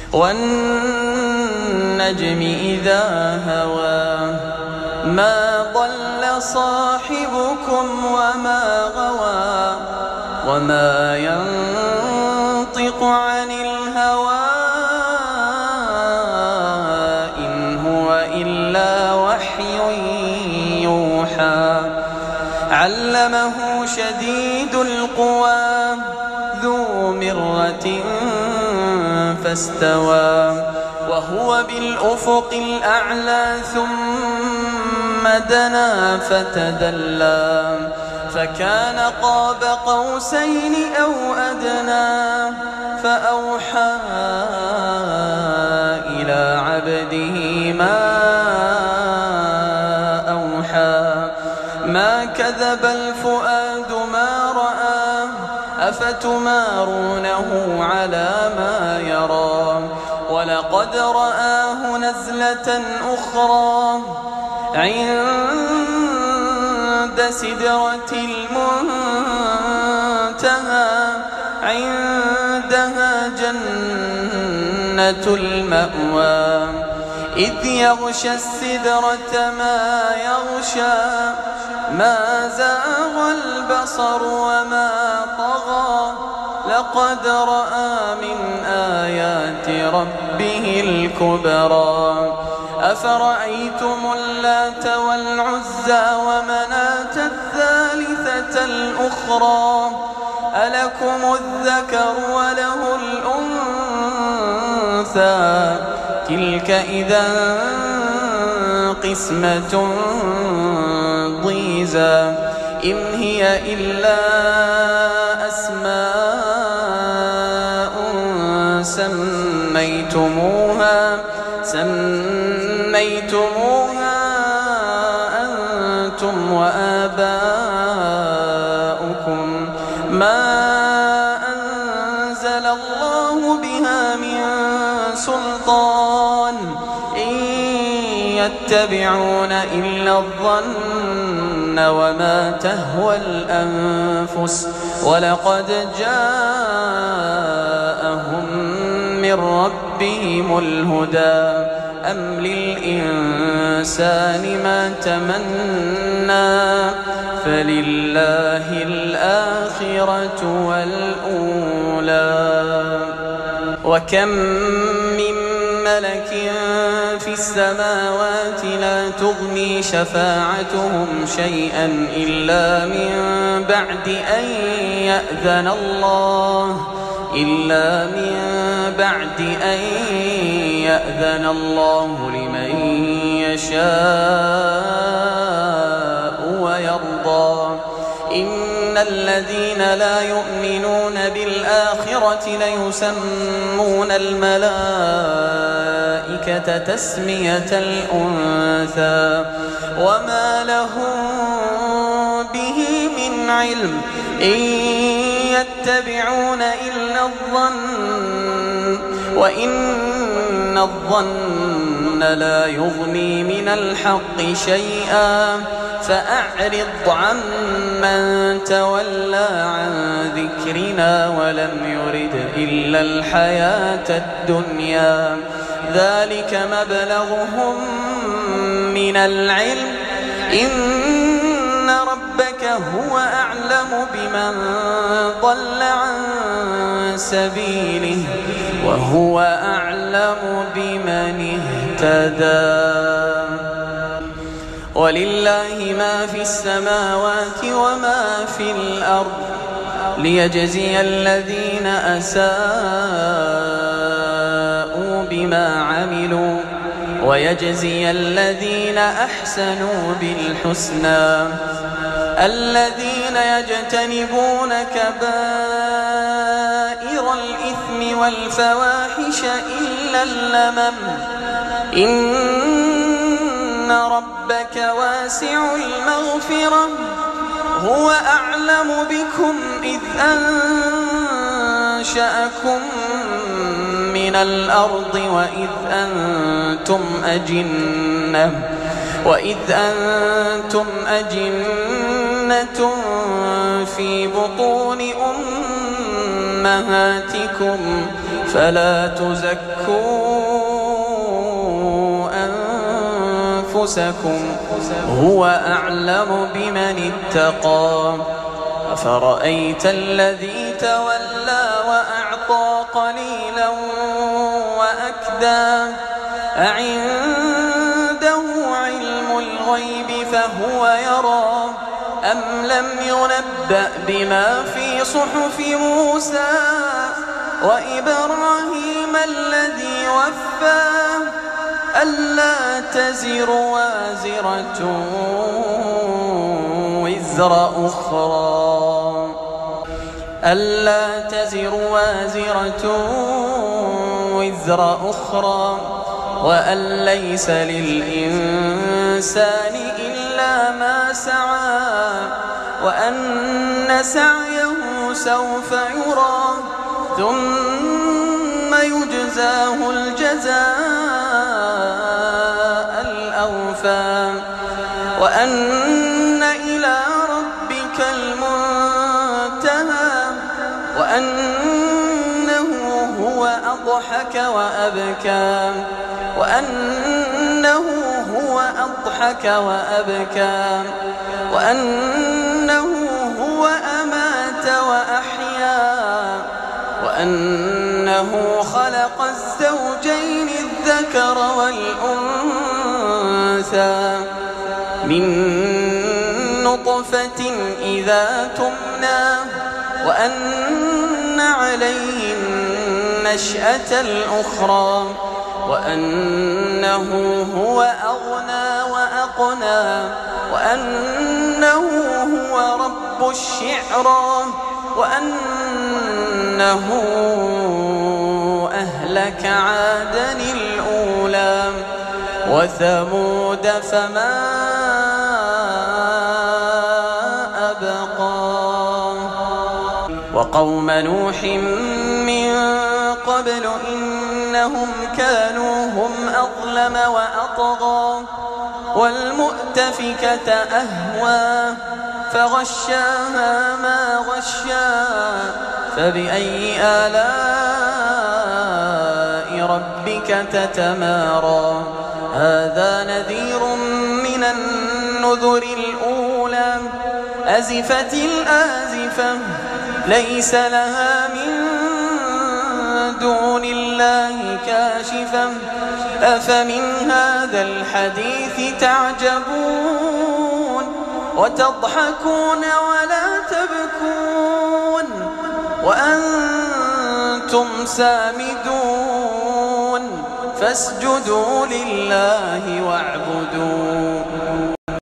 والنجم إذا هوى ما ضل صاحبكم وما غوى وما ينطق عن الهوى إن هو إلا وحي يوحى علمه شديد القوى ذو مرة فاستوى وهو بالأفق الأعلى ثم دنا فتدلى فكان قاب قوسين أو أدنى فأوحى إلى عبده ما أوحى ما كذب الفؤاد ما رأى أفتمارونه على ما يرى ولقد رآه نزلة أخرى عند سدرة المنتهى عندها جنة المأوى إذ يغشى السدرة ما يغشى ما زاغ البصر وما طغى لقد رأى من آيات ربه الكبرى أفرأيتم اللات والعزى ومناة الثالثة الأخرى ألكم الذكر وله الأنثى تلك إذا قسمة ضيزى إن هي إلا أسماء سميتموها أنتم وآباؤكم ما أنزل الله بها من سلطان إن يتبعون إلا الظن وما تهوى الأنفس ولقد جاءهم من ربهم الهدى أم للإنسان ما تمنى فلله الآخرة والأولى وكم من ملك في السماوات لا تغني شفاعتهم شيئا إلا من بعد أن يأذن الله لمن يشاء ويرضى إن الذين لا يؤمنون بالآخرة ليسمون الملائكة تسمية الأنثى وما لهم به من علم إن يتبعون إلا الظن وإن الظن لا يغني من الحق شيئا فأعرض عمن تولى عن ذكرنا ولم يرد إلا الحياة الدنيا ذلك مبلغهم من العلم إن ربك هو أعلم بمن ضل عن سبيله وهو أعلم بمن اهتدى ولله ما في السماوات وما في الأرض ليجزي الذين أساءوا بما عملوا ويجزي الذين أحسنوا بالحسنى الذين يجتنبون كبائر الإثم والفواحش إلا اللمم إن ربك واسع المغفرة هو أعلم بكم إذ أنشأكم من الأرض وإذ أنتم أجنة في بطون أمهاتكم فلا تزكوا أنفسكم هو أعلم بمن اتقى أفرأيت الذي تولى وأعطى قليلا وأكدى أعنده علم الغيب فهو يرى أم لم ينبأ بما في صحف موسى وإبراهيم الذي وفى ألا تزر وازرة وزر أخرى وأن ليس للإنسان إلا ما سعى وأن سعيه سوف يرى ثم يجزاه الجزاء الأوفى وأن إلى ربك المنتهى وأنه هو أضحك وأبكى وأنه هو أمات وأحيا وأنه خلق الزوجين الذكر والأنثى من نطفة إذا تمنى وأن عليه النشأة الأخرى وأنه هو أغنى وأقنى وأنه هو رب الشعرى وأنه أهلك عادا الأولى وثمود فما أبقى وقوم نوح من قبل إنهم كانوا هم أظلم وأطغى والمؤتفكة أهوى فغشاها ما غشا فبأي آلاء ربك تتمارى هذا نذير من النذر الأولى أزفت الآزفة ليس لها من دون الله كاشفة أفمن هذا الحديث تعجبون وتضحكون ولا تبكون وأنتم سامدون فاسجدوا لله واعبدوا